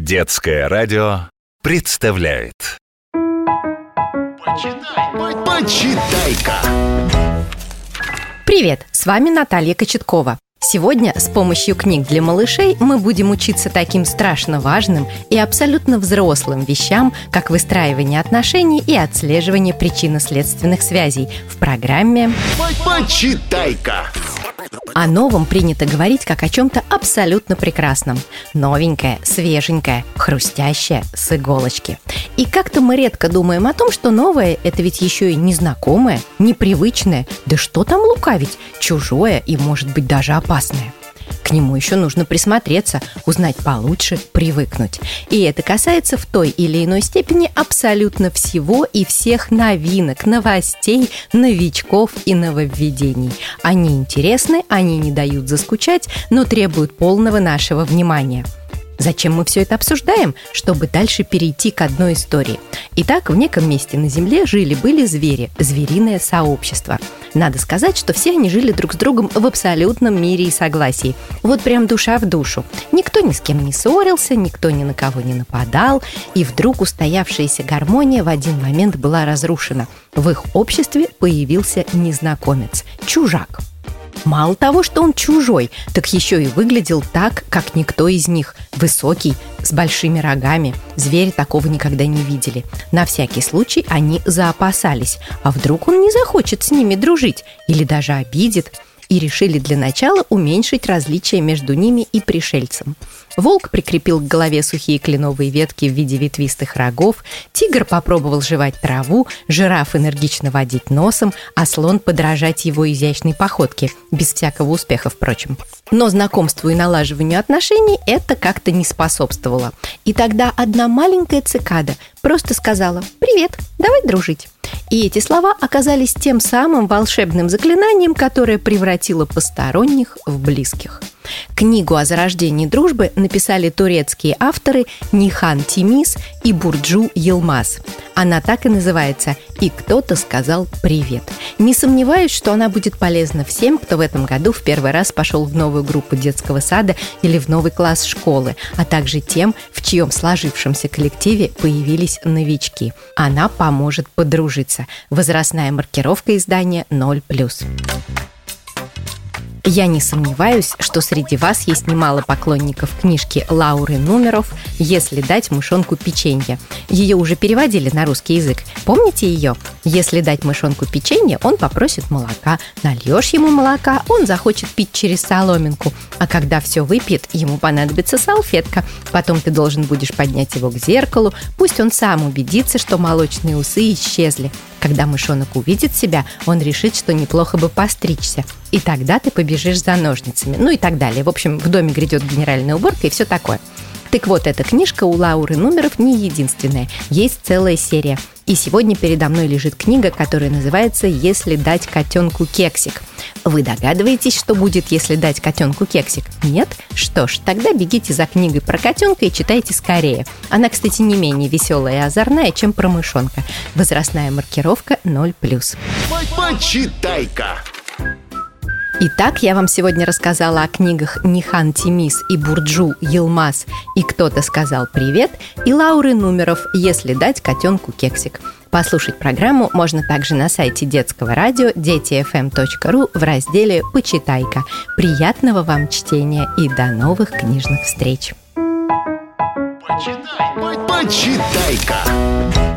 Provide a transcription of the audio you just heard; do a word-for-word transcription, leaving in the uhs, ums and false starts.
Детское радио представляет Почитай, почитай-ка. Привет, с вами Наталья Кочеткова. Сегодня с помощью книг для малышей мы будем учиться таким страшно важным и абсолютно взрослым вещам, как выстраивание отношений и отслеживание причинно-следственных связей в программе Почитай-ка. О новом принято говорить как о чем-то абсолютно прекрасном. Новенькое, свеженькое, хрустящее, с иголочки. И как-то мы редко думаем о том, что новое – это ведь еще и незнакомое, непривычное, да что там лукавить, чужое и, может быть, даже опасное. К нему еще нужно присмотреться, узнать получше, привыкнуть. И это касается в той или иной степени абсолютно всего и всех новинок, новостей, новичков и нововведений. Они интересны, они не дают заскучать, но требуют полного нашего внимания. Зачем мы все это обсуждаем? Чтобы дальше перейти к одной истории. Итак, в неком месте на Земле жили-были звери, звериное сообщество. Надо сказать, что все они жили друг с другом в абсолютном мире и согласии. Вот прям душа в душу. Никто ни с кем не ссорился, никто ни на кого не нападал. И вдруг устоявшаяся гармония в один момент была разрушена. В их обществе появился незнакомец, чужак. Мало того, что он чужой, так еще и выглядел так, как никто из них. Высокий, с большими рогами. Звери такого никогда не видели. На всякий случай они заопасались. А вдруг он не захочет с ними дружить или даже обидит? И решили для начала уменьшить различия между ними и пришельцем. Волк прикрепил к голове сухие кленовые ветки в виде ветвистых рогов, тигр попробовал жевать траву, жираф энергично водить носом, а слон подражать его изящной походке, без всякого успеха, впрочем. Но знакомству и налаживанию отношений это как-то не способствовало. И тогда одна маленькая цикада просто сказала: «Привет, давай дружить». И эти слова оказались тем самым волшебным заклинанием, которое превратило посторонних в близких. Книгу о зарождении дружбы написали турецкие авторы Нихан Тимис и Бурджу Йылмаз. Она так и называется «И кто-то сказал привет». Не сомневаюсь, что она будет полезна всем, кто в этом году в первый раз пошел в новую группу детского сада или в новый класс школы, а также тем, в чьем сложившемся коллективе появились новички. Она поможет подружиться. Возрастная маркировка издания ноль плюс. Я не сомневаюсь, что среди вас есть немало поклонников книжки Лауры Нумеров «Если дать мышонку печенье». Ее уже переводили на русский язык. Помните ее? Если дать мышонку печенье, он попросит молока. Нальешь ему молока, он захочет пить через соломинку. А когда все выпьет, ему понадобится салфетка. Потом ты должен будешь поднять его к зеркалу. Пусть он сам убедится, что молочные усы исчезли. Когда мышонок увидит себя, он решит, что неплохо бы постричься. И тогда ты побежишь за ножницами. Ну и так далее. В общем, в доме грядет генеральная уборка и все такое. Так вот, эта книжка у Лауры Нумеров не единственная. Есть целая серия. И сегодня передо мной лежит книга, которая называется «Если дать котенку кексик». Вы догадываетесь, что будет, если дать котенку кексик? Нет? Что ж, тогда бегите за книгой про котенка и читайте скорее. Она, кстати, не менее веселая и озорная, чем про мышонка. Возрастная маркировка ноль плюс. Почитай-ка. Итак, я вам сегодня рассказала о книгах Нихан Тимис и Бурджу Йылмаз «И кто-то сказал привет» и Лауры Нумеров «Если дать котенку кексик». Послушать программу можно также на сайте детского радио дети эф эм точка ру в разделе «Почитай-ка». Приятного вам чтения и до новых книжных встреч! Почитай, почитай-ка.